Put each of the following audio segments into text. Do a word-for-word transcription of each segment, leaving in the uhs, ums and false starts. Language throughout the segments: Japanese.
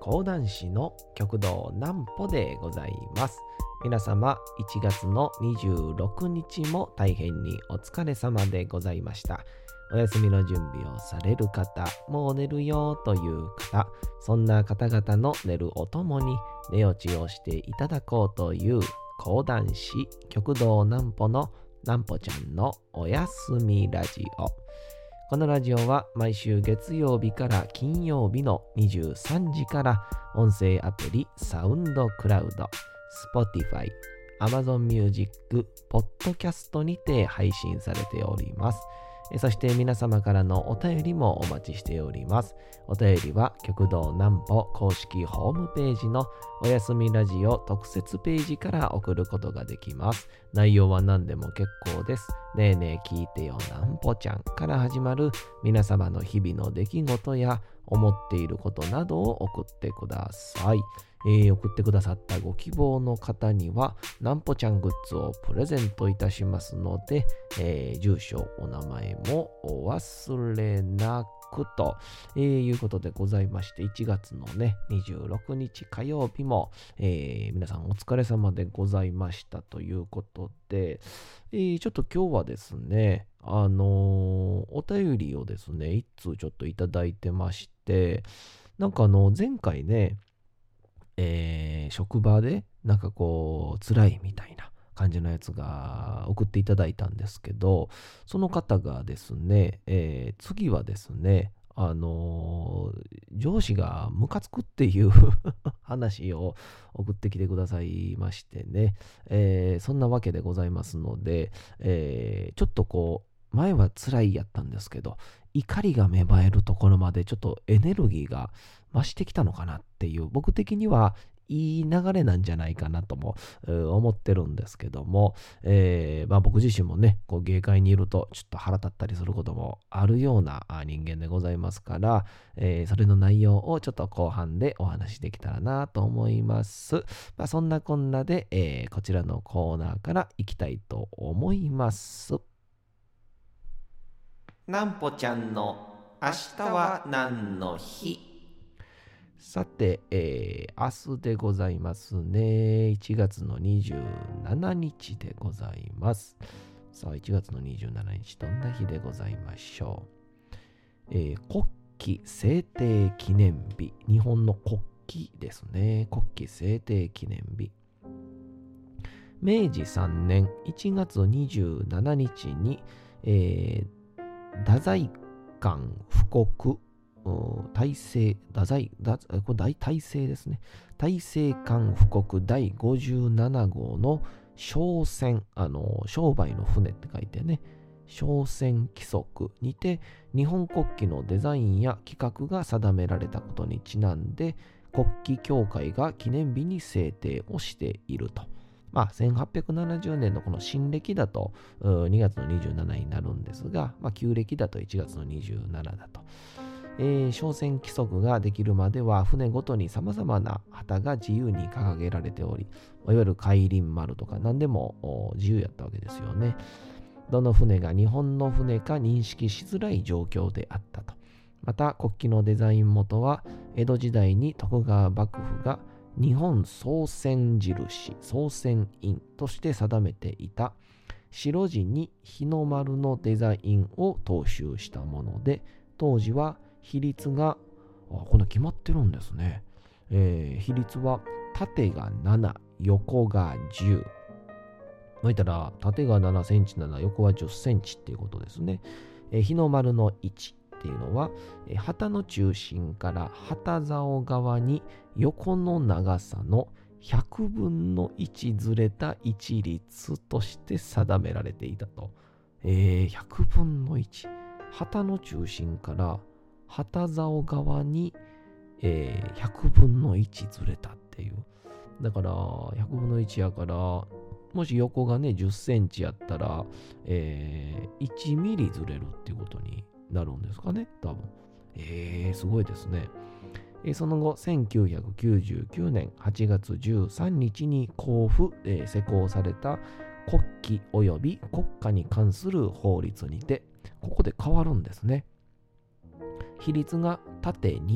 講談師の極道南歩でございます。皆様いちがつのにじゅうろくにちも大変にお疲れ様でございました。お休みの準備をされる方、もう寝るよという方、そんな方々の寝るおともに寝落ちをしていただこうという講談師極道南歩の南歩ちゃんのおやすみラジオ。このラジオは毎週月曜日から金曜日のにじゅうさんじから音声アプリサウンドクラウド、Spotify、Amazon Music、Podcast にて配信されております。そして皆様からのお便りもお待ちしております。お便りは極道南歩公式ホームページのおやすみラジオ特設ページから送ることができます。内容は何でも結構です。ねえねえ聞いてよ南歩ちゃんから始まる皆様の日々の出来事や思っていることなどを送ってください。えー、送ってくださったご希望の方には南歩ちゃんグッズをプレゼントいたしますので、えー、住所お名前もお忘れなくと、えー、いうことでございまして、いちがつのねにじゅうろくにち火曜日も、えー、皆さんお疲れ様でございましたということで、えー、ちょっと今日はですねあのー、お便りをですね一通ちょっといただいてまして、なんかあの前回ねえー、職場でなんかこう辛いみたいな感じのやつが送っていただいたんですけど、その方がですね、えー、次はですねあのー、上司がムカつくっていう話を送ってきてくださいましてね、えー、そんなわけでございますので、えー、ちょっとこう前は辛いやったんですけど、怒りが芽生えるところまでちょっとエネルギーが増してきたのかなっていう、僕的にはいい流れなんじゃないかなとも、えー、思ってるんですけども、えーまあ、僕自身もねこう芸界にいるとちょっと腹立ったりすることもあるような人間でございますから、えー、それの内容をちょっと後半でお話しできたらなと思います。まあ、そんなこんなで、えー、こちらのコーナーからいきたいと思います。南歩ちゃんの明日は何の日。さて、えー、明日でございますね。いちがつのにじゅうしちにちでございます。さあ、いちがつのにじゅうしちにち、どんな日でございましょう。えー、国旗制定記念日。日本の国旗ですね。国旗制定記念日。めいじさんねんいちがつにじゅうしちにちに、えー太宰官布告大政太宰だこれ大大政ですね。大政官布告だいごじゅうななごうの商船、あの商売の船って書いてね、商船規則にて日本国旗のデザインや規格が定められたことにちなんで、国旗協会が記念日に制定をしていると。まあ、せんはっぴゃくななじゅうねんのこの新暦だとにがつのにじゅうしちになるんですが、まあ、旧暦だといちがつのにじゅうしちだと。えー、商船規則ができるまでは船ごとに様々な旗が自由に掲げられており、いわゆる海林丸とか何でも自由やったわけですよね。どの船が日本の船か認識しづらい状況であったと。また国旗のデザイン元は江戸時代に徳川幕府が日本総船印、総船印として定めていた白地に日の丸のデザインを踏襲したもので、当時は比率が、あ、これ決まってるんですね。えー、比率は縦がなな、横がじゅう。まあ、言ったら縦がななセンチなら横はじゅっセンチっていうことですね。えー、日の丸の位置っていうのは、えー、旗の中心から旗竿側に横の長さのひゃくぶんのいちずれた一律として定められていたと。えー、ひゃくぶんのいち。旗の中心から旗竿側に、えー、ひゃくぶんのいちずれたっていう。だからひゃくぶんのいちやから、もし横がねじゅっセンチやったら、えー、いちミリずれるっていうことになるんですかね、多分。えー、すごいですね。えー、その後、せんきゅうひゃくきゅうじゅうきゅうねんはちがつじゅうさんにちに公布、えー、施行された国旗及び国家に関する法律にて、ここで変わるんですね。比率が縦に、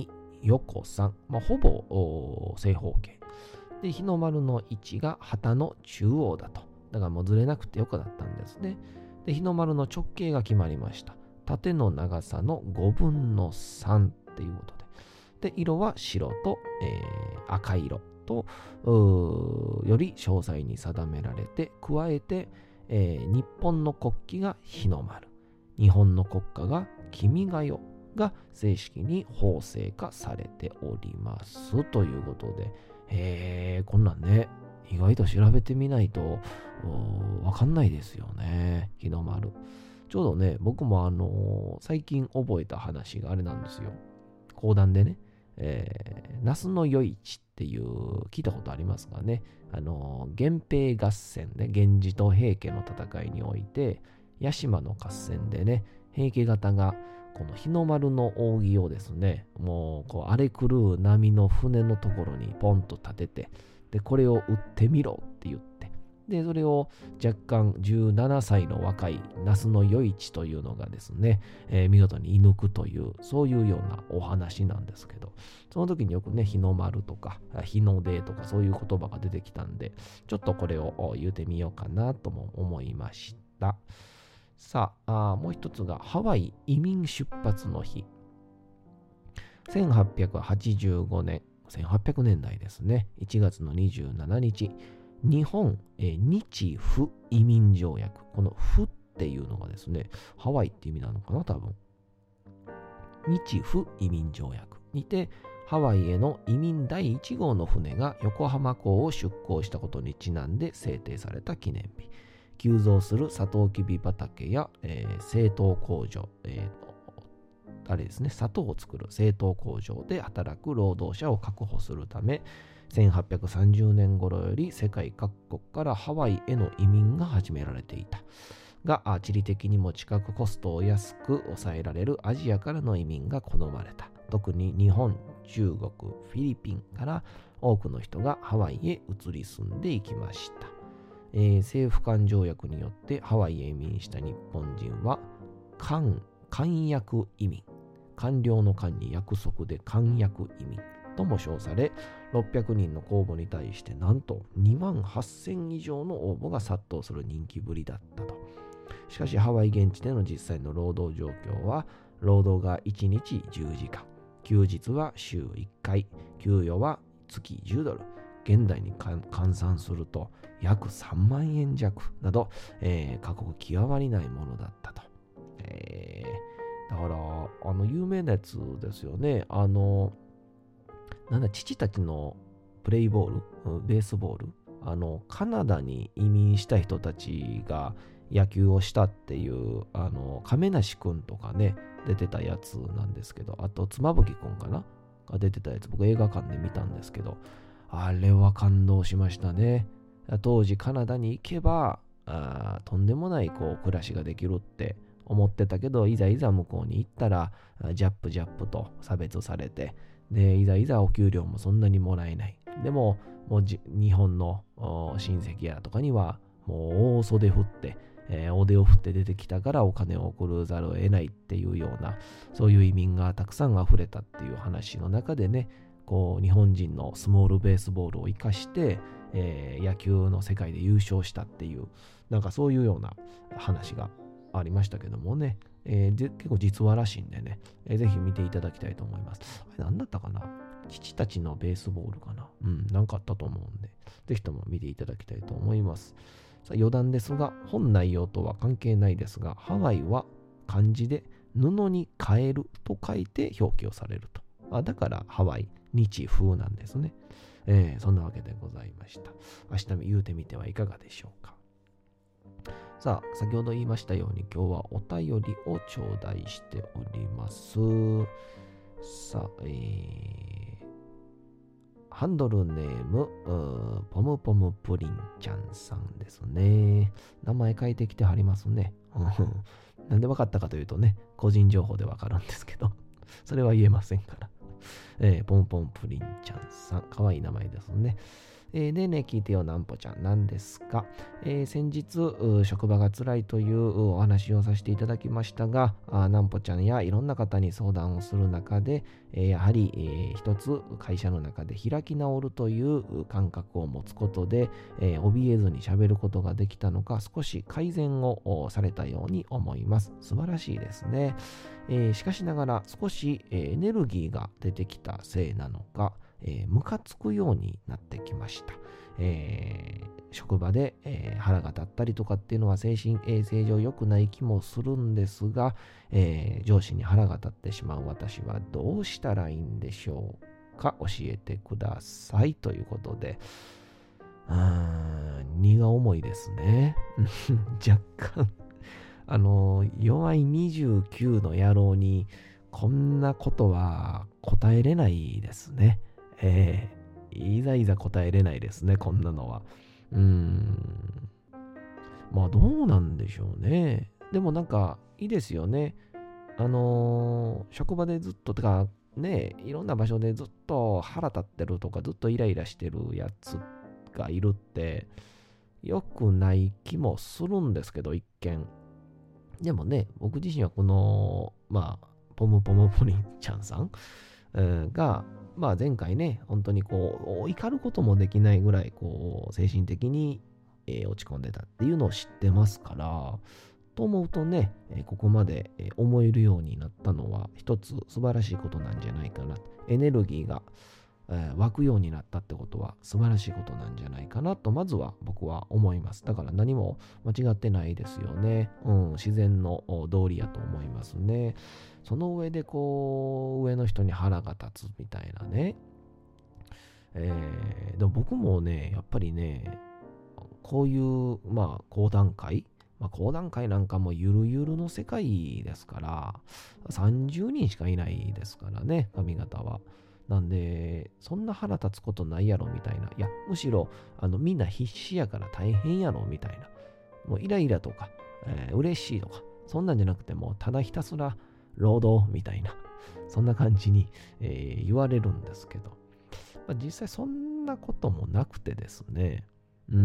横さん、まあ、ほぼ正方形で、日の丸の位置が旗の中央だと。だからもうずれなくてよくなったんですね。で、日の丸の直径が決まりました。縦の長さのごぶんのさんっていうことで。で、色は白と、えー、赤色とより詳細に定められて、加えて、えー、日本の国旗が日の丸、日本の国歌が君が代が正式に法制化されておりますということで、へー、こんなんね、意外と調べてみないとわかんないですよね。日の丸。ちょうどね、僕もあのー、最近覚えた話があれなんですよ。講談でね、えー、那須の与一っていう聞いたことありますかね。あのー、源平合戦で、源氏と平家の戦いにおいて、屋島の合戦でね、平家方がこの日の丸の扇をですね、もうこう荒れ狂う波の船のところにポンと立てて、でこれを撃ってみろって言って、でそれを若干じゅうななさいの若い那須の与一というのがですね、えー、見事に射抜くという、そういうようなお話なんですけど、その時によくね、日の丸とか日の出とかそういう言葉が出てきたんで、ちょっとこれを言うてみようかなとも思いました。さあ、あもう一つがハワイ移民出発の日。せんはっぴゃくはちじゅうごねん、せんはっぴゃくねんだいですね、いちがつのにじゅうしちにち、日本、え日フ移民条約。このフっていうのがですね、ハワイって意味なのかな、多分。日フ移民条約にて、ハワイへの移民だいいち号の船が横浜港を出港したことにちなんで制定された記念日。急増するサトウキビ畑や、えー、製糖工場、えー、あれですね、砂糖を作る製糖工場で働く労働者を確保するため、せんはっぴゃくさんじゅうねん頃より世界各国からハワイへの移民が始められていた。が、地理的にも近くコストを安く抑えられるアジアからの移民が好まれた。特に日本、中国、フィリピンから多くの人がハワイへ移り住んでいきました。えー、政府間条約によってハワイへ移民した日本人は官、官約移民、官僚の官に約束で官約移民とも称され、ろっぴゃくにんの公募に対してなんとにまんはっせん以上の応募が殺到する人気ぶりだったと。しかしハワイ現地での実際の労働状況は、労働がいちにちじゅうじかん、休日は週いっかい、給与は月じゅうドル、現代に換算すると約さんまんえん弱など、えー、過酷極まりないものだったと。えー、だからあの有名なやつですよね。あのなんだ父たちのプレイボール、ベースボール、あのカナダに移民した人たちが野球をしたっていう、あの亀梨くんとかね出てたやつなんですけど、あと妻夫木くんかなが出てたやつ、僕映画館で見たんですけど、あれは感動しましたね。当時カナダに行けばあとんでもないこう暮らしができるって思ってたけど、いざいざ向こうに行ったらジャップジャップと差別されて、でいざいざお給料もそんなにもらえない。でももうじ日本の親戚やとかにはもう大袖振って、えー、大手を振って出てきたからお金を送るざるを得ないっていうような、そういう移民がたくさん溢れたっていう話の中でね、こう日本人のスモールベースボールを生かして、えー、野球の世界で優勝したっていう、なんかそういうような話がありましたけどもね、えー、結構実話らしいんでね、えー、ぜひ見ていただきたいと思います。あれ何だったかな、父たちのベースボールかな、うん、なんかあったと思うんで、ぜひとも見ていただきたいと思います。さあ余談ですが、本内容とは関係ないですが、ハワイは漢字で布に変えると書いて表記をされると。あだからハワイ日風なんですね。えー、そんなわけでございました。明日言うてみてはいかがでしょうか。さあ、先ほど言いましたように今日はお便りを頂戴しております。さあ、えー、ハンドルネームポムポムプリンちゃんさんですね。名前変えてきてはりますね。なんでわかったかというとね、個人情報でわかるんですけど、それは言えませんから。えー、ポンポンプリンちゃんさん、かわいい名前ですね。 えー、ねえねえ聞いてよなんぽちゃんなんですが、えー、先日職場が辛いというお話をさせていただきましたが、あなんぽちゃんやいろんな方に相談をする中で、えー、やはり、えー、一つ会社の中で開き直るという感覚を持つことで、えー、怯えずに喋ることができたのか少し改善をされたように思います。素晴らしいですね。えー、しかしながら少し、えー、エネルギーが出てきたせいなのか、えー、ムカつくようになってきました。えー、職場で、えー、腹が立ったりとかっていうのは精神衛生上良くない気もするんですが、えー、上司に腹が立ってしまう私はどうしたらいいんでしょうか、教えてくださいということで、うーん荷が重いですね。若干あの弱いにじゅうきゅうの野郎にこんなことは答えれないですね。えー、いざいざ答えれないですね、こんなのは。うーん。まあどうなんでしょうね。でもなんかいいですよね。あのー職場でずっと、てかね、いろんな場所でずっと腹立ってるとかずっとイライラしてるやつがいるって良くない気もするんですけど、一見。でもね、僕自身はこの、まあ、ポムポムプリンちゃんさん、えーが、まあ前回ね、本当にこう、怒ることもできないぐらい、こう、精神的に、えー落ち込んでたっていうのを知ってますから、と思うとね、えーここまでえー思えるようになったのは、一つ素晴らしいことなんじゃないかな。エネルギーが、えー湧くようになったってことは素晴らしいことなんじゃないかなと、まずは僕は思います。だから何も間違ってないですよね。うん、自然の道理やと思いますね。その上でこう、上の人に腹が立つみたいなね。えー、でも僕もね、やっぱりね、こういう、まあ、講談会、まあ、講談会なんかもゆるゆるの世界ですから、さんじゅうにんしかいないですからね、髪型は。なんで、そんな腹立つことないやろみたいな。いや、むしろ、あの、みんな必死やから大変やろみたいな。もうイライラとか、えー嬉しいとか、そんなんじゃなくても、ただひたすら労働みたいな、そんな感じに、えー言われるんですけど、まあ、実際そんなこともなくてですね、うん。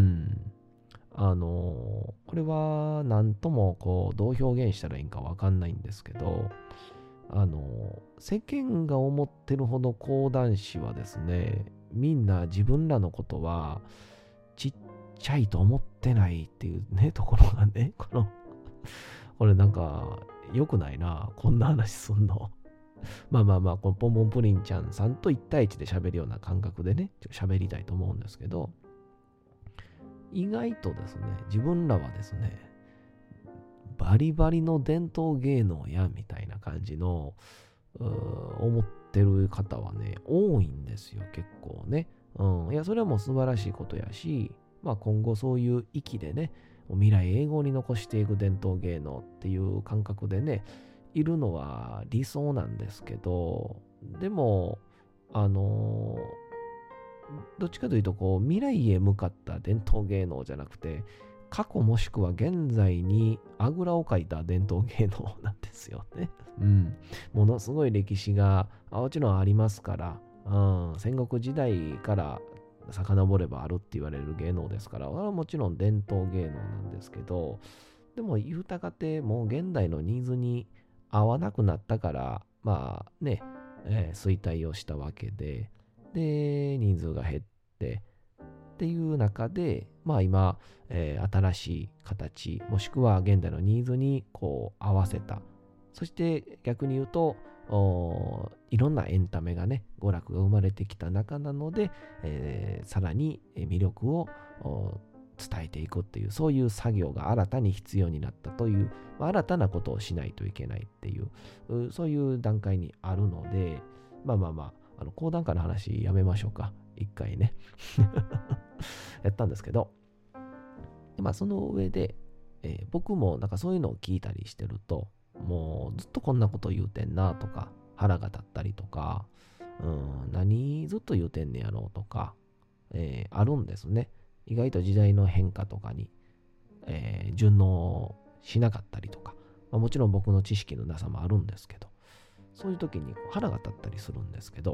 あのこれは何ともこうどう表現したらいいんかわかんないんですけど、あの世間が思ってるほど講談師はですね、みんな自分らのことはちっちゃいと思ってないっていうね、ところがね、このこれなんか良くないな、こんな話すんの。まあまあまあ、このポンポンプリンちゃんさんといち対いちで喋るような感覚でね、喋りたいと思うんですけど、意外とですね、自分らはですね、バリバリの伝統芸能やみたいな感じの思ってる方はね、多いんですよ、結構ね。うん、いや、それはもう素晴らしいことやし、まあ今後そういう域でね、未来永劫に残していく伝統芸能っていう感覚でね、いるのは理想なんですけど、でも、あのーどっちかというとこう未来へ向かった伝統芸能じゃなくて、過去もしくは現在にあぐらをかいた伝統芸能なんですよね。うん。ものすごい歴史がもちろんありますから、うん、戦国時代から遡ればあるって言われる芸能ですから、もちろん伝統芸能なんですけど、でも言うたかてもう現代のニーズに合わなくなったから、まあね、えー衰退をしたわけで、で、人数が減ってっていう中で、まあ今、えー新しい形、もしくは現代のニーズにこう合わせた。そして逆に言うと、おいろんなエンタメがね、娯楽が生まれてきた中なので、えーさらに魅力をお伝えていくっていう、そういう作業が新たに必要になったという、まあ新たなことをしないといけないっていう、うそういう段階にあるので、まあまあまあ、あの講談会の話やめましょうか。一回ね。やったんですけど、でまあその上で、えー僕もなんかそういうのを聞いたりしてると、もうずっとこんなこと言うてんなとか、腹が立ったりとか、うん、何ずっと言うてんねやろうとか、えーあるんですね。意外と時代の変化とかに、えー順応しなかったりとか、まあ、もちろん僕の知識のなさもあるんですけど、そういう時にこう腹が立ったりするんですけど、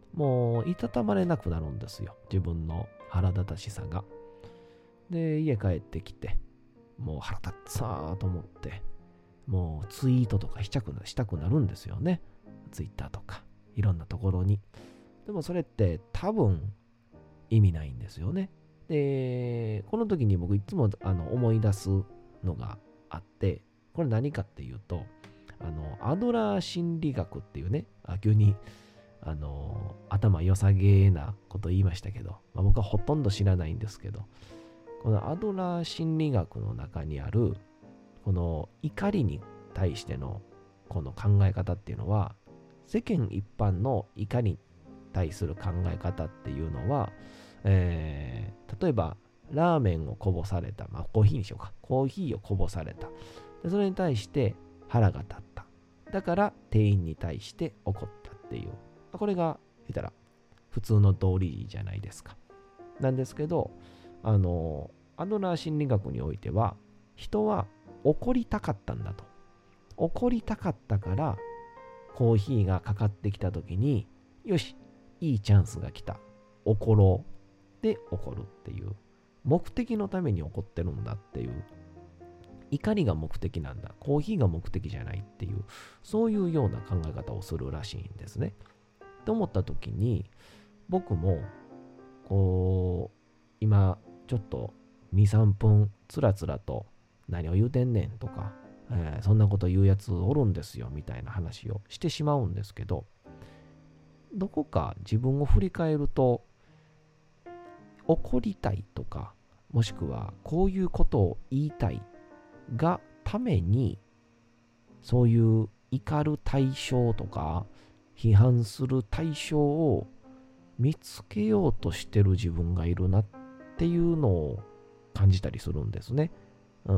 もういたたまれなくなるんですよ、自分の腹立たしさが。で、家帰ってきて、もう腹立つさーと思って、もうツイートとかしたくな、したくなるんですよね。ツイッターとか、いろんなところに。でもそれって多分意味ないんですよね。で、この時に僕いつもあの思い出すのがあって、これ何かっていうと、あの、アドラー心理学っていうね、あ急にあの頭良さげなこと言いましたけど、まあ、僕はほとんど知らないんですけど、このアドラー心理学の中にあるこの怒りに対してのこの考え方っていうのは、世間一般の怒りに対する考え方っていうのは、えー、例えばラーメンをこぼされた、まあコーヒーにしようか、コーヒーをこぼされた、でそれに対して腹が立った、だから店員に対して怒ったっていう、これが言ったら普通の道理じゃないですか。なんですけど、あのアドラー心理学においては、人は怒りたかったんだと。怒りたかったからコーヒーがかかってきた時に、よし、いいチャンスが来た、怒ろうで怒るっていう、目的のために怒ってるんだっていう、怒りが目的なんだ、コーヒーが目的じゃないっていう、そういうような考え方をするらしいんですね。と思った時に、僕もこう今ちょっとに、さんぷんつらつらと何を言うてんねんとか、えー、そんなこと言うやつおるんですよみたいな話をしてしまうんですけど、どこか自分を振り返ると、怒りたいとか、もしくはこういうことを言いたいがために、そういう怒る対象とか批判する対象を見つけようとしてる自分がいるなっていうのを感じたりするんですね。うん、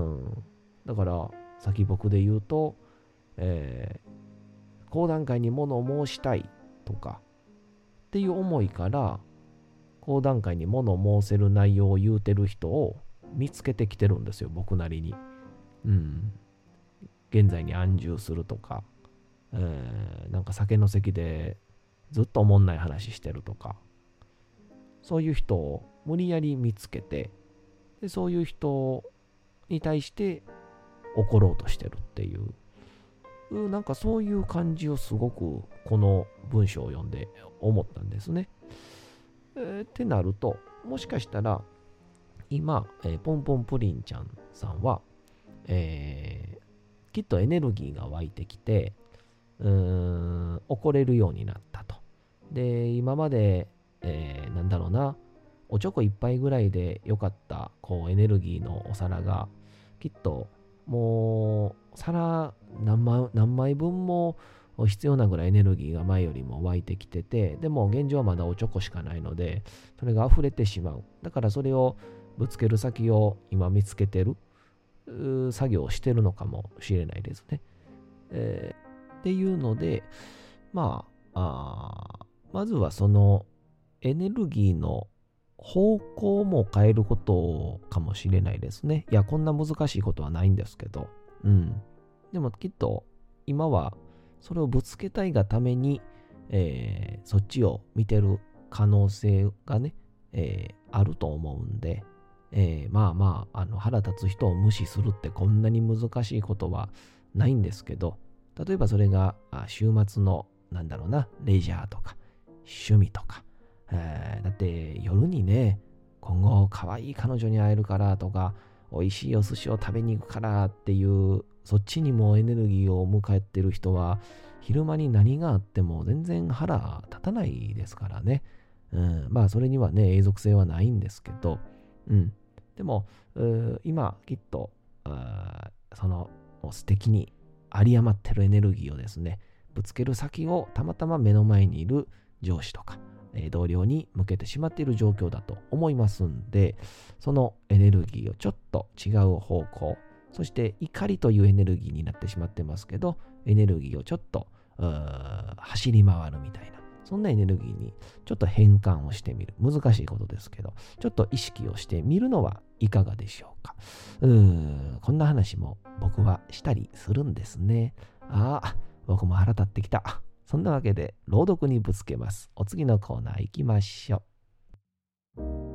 だから先僕で言うと、えー、講談会に物を申したいとかっていう思いから、講談会に物を申せる内容を言うてる人を見つけてきてるんですよ、僕なりに。うん、現在に安住するとか、えー、なんか酒の席でずっとおもんない話してるとか、そういう人を無理やり見つけて、でそういう人に対して怒ろうとしてるっていう、なんかそういう感じをすごくこの文章を読んで思ったんですね。えー、ってなると、もしかしたら今、えー、ポンポンプリンちゃんさんは、えー、きっとエネルギーが湧いてきて、うーん怒れるようになったと。で、今まで、えー、なんだろうな、おちょこ一杯ぐらいでよかったこうエネルギーのお皿が、きっともう皿何枚、何枚分も必要なぐらいエネルギーが前よりも湧いてきてて、でも現状はまだおちょこしかないので、それが溢れてしまう。だからそれをぶつける先を今見つけてる作業をしてるのかもしれないですね。えー、っていうので、まあ、あまずはそのエネルギーの方向も変えることかもしれないですね。いや、こんな難しいことはないんですけど。うん。でもきっと今はそれをぶつけたいがために、えー、そっちを見てる可能性がね、えー、あると思うんで、えー、まあまあ、あの腹立つ人を無視するってこんなに難しいことはないんですけど、例えばそれが週末のなんだろうな、レジャーとか趣味とか、えー、だって夜にね、今後可愛い彼女に会えるからとか、美味しいお寿司を食べに行くからっていう、そっちにもエネルギーを向かってる人は、昼間に何があっても全然腹立たないですからね。うん、まあそれにはね、永続性はないんですけど、うん。でも、今きっと、その素敵に有り余ってるエネルギーをですね、ぶつける先をたまたま目の前にいる上司とか、同僚に向けてしまっている状況だと思いますんで、そのエネルギーをちょっと違う方向、そして怒りというエネルギーになってしまってますけど、エネルギーをちょっと走り回るみたいな、そんなエネルギーにちょっと変換をしてみる。難しいことですけど、ちょっと意識をしてみるのはいかがでしょうか。うーん、こんな話も僕はしたりするんですね。ああ、僕も腹立ってきた。 そんなわけで朗読にぶつけます。お次のコーナー行きましょう。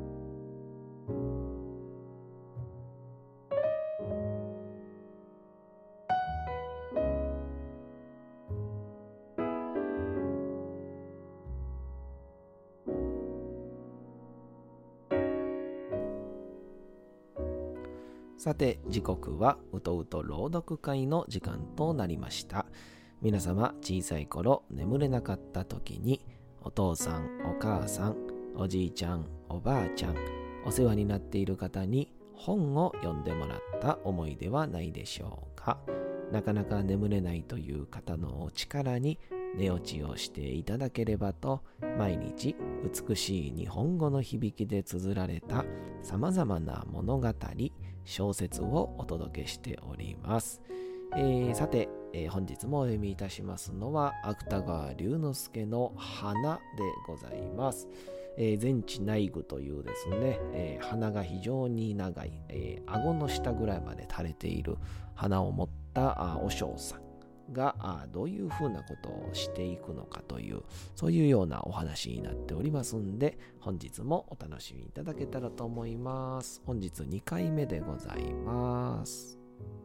さて、時刻はうとうと朗読会の時間となりました。皆様、小さい頃眠れなかった時にお父さん、お母さん、おじいちゃん、おばあちゃん、お世話になっている方に本を読んでもらった思いではないでしょうか。なかなか眠れないという方のお力に寝落ちをしていただければと、毎日美しい日本語の響きで綴られたさまざまな物語、小説をお届けしております。えー、さて、えー、本日もお読みいたしますのは芥川龍之介の花でございます。えー、全知内具というですね、えー、鼻が非常に長い、えー、顎の下ぐらいまで垂れている鼻を持ったあお嬢さんがあどういうふうなことをしていくのかという、そういうようなお話になっておりますんで、本日もお楽しみいただけたらと思います。本日にかいめでございます。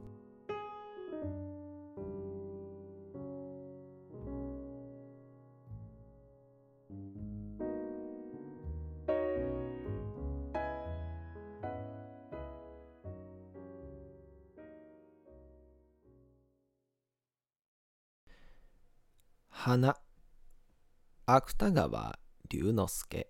花、芥川龍之介。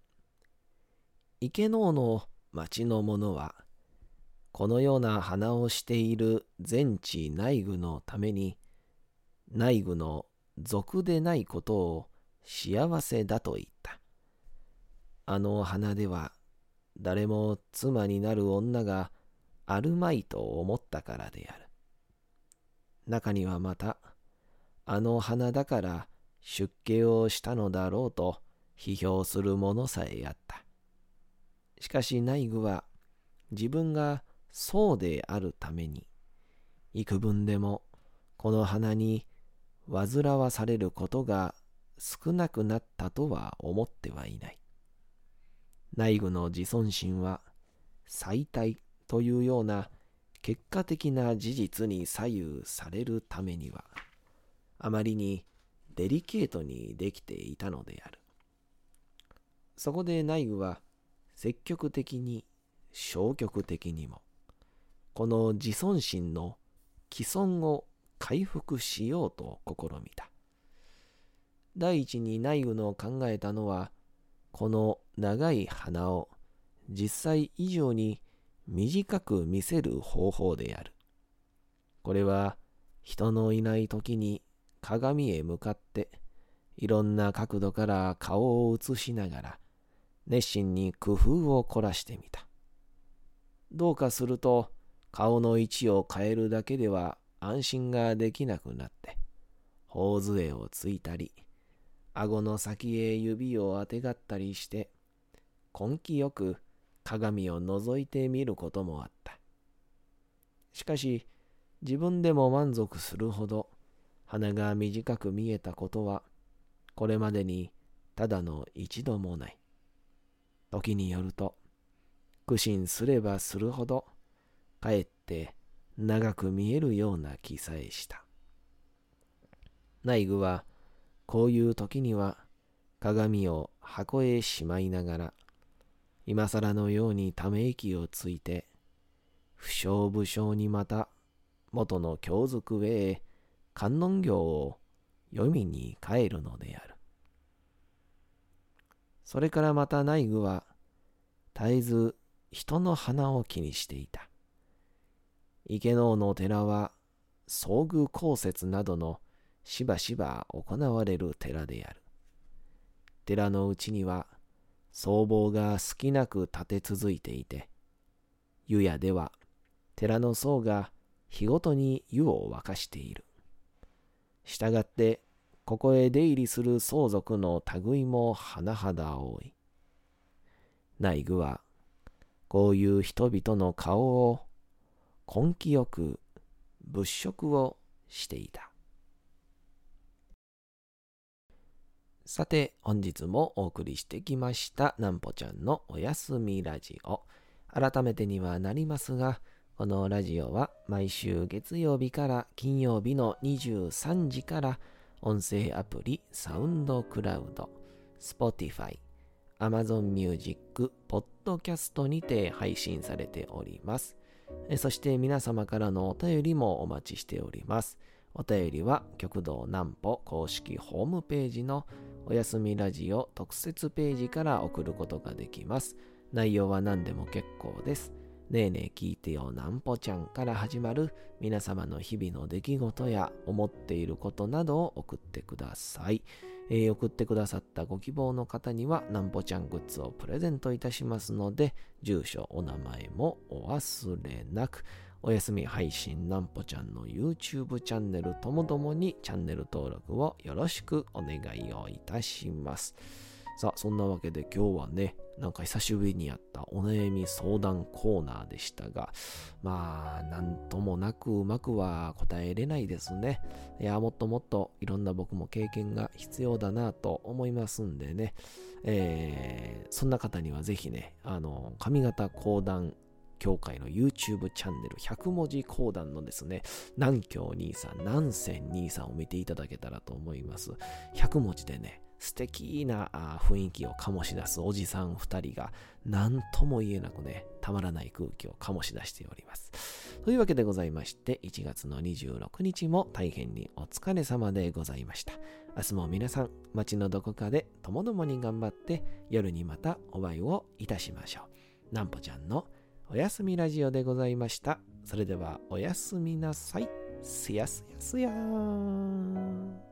池能の町の者は、このような花をしている全知内具のために、内具の俗でないことを幸せだと言った。あの花では、誰も妻になる女があるまいと思ったからである。中にはまた、あの花だから出家をしたのだろうと批評する者さえあった。しかし内具は自分がそうであるために、幾分でもこの花に煩わされることが少なくなったとは思ってはいない。内具の自尊心は最大というような結果的な事実に左右されるためには、あまりにデリケートにできていたのである。そこで内具は積極的に消極的にも、この自尊心の既存を回復しようと試みた。第一に内具の考えたのは、この長い鼻を実際以上に短く見せる方法である。これは人のいない時に鏡へ向かっていろんな角度から顔を映しながら熱心に工夫を凝らしてみた。どうかすると顔の位置を変えるだけでは安心ができなくなって、頬杖をついたり、顎の先へ指をあてがったりして、根気よく鏡を覗いてみることもあった。しかし、自分でも満足するほど鼻が短く見えたことは、これまでにただの一度もない。時によると、苦心すればするほど、かえって長く見えるような気さえした。内具は、こういう時には、鏡を箱へしまいながら、今更のようにため息をついて、不詳不詳にまた元の教族上へ観音経を読みに帰るのである。それからまた内具は絶えず人の鼻を気にしていた。池能の寺は遭遇講説などのしばしば行われる寺である。寺のうちには僧帽が隙なく立て続いていて、湯屋では寺の僧が日ごとに湯を沸かしている。したがってここへ出入りする相続の類も甚だ多い。内具はこういう人々の顔を根気よく物色をしていた。 さて、本日もお送りしてきましたなんぽちゃんのおやすみラジオ。改めてにはなりますが、このラジオは毎週月曜日から金曜日のにじゅうさんじから音声アプリサウンドクラウド、Spotify、Amazon Music、Podcast にて配信されております。そして皆様からのお便りもお待ちしております。お便りは極道南歩公式ホームページのおやすみラジオ特設ページから送ることができます。内容は何でも結構です。ねえねえ聞いてよなんぽちゃんから始まる皆様の日々の出来事や思っていることなどを送ってください。えー、送ってくださったご希望の方にはなんぽちゃんグッズをプレゼントいたしますので、住所お名前もお忘れなく。おやすみ配信なんぽちゃんの YouTube チャンネルともどもにチャンネル登録をよろしくお願いをいたします。さあ、そんなわけで今日はね、なんか久しぶりにやったお悩み相談コーナーでしたが、まあ、なんともなくうまくは答えれないですね。いや、もっともっといろんな僕も経験が必要だなと思いますんでね、えー、そんな方にはぜひね、あの、上方講談協会の YouTube チャンネルひゃくもじ講談のですね、南京兄さん、南仙兄さんを見ていただけたらと思います。ひゃくもじでね、素敵な雰囲気を醸し出すおじさんふたりが何とも言えなくね、たまらない空気を醸し出しております。というわけでございまして、いちがつのにじゅうろくにちも大変にお疲れ様でございました。明日も皆さん、街のどこかでともどもに頑張って夜にまたお会いをいたしましょう。なんぽちゃんのおやすみラジオでございました。それではおやすみなさい。すやすやすやーん。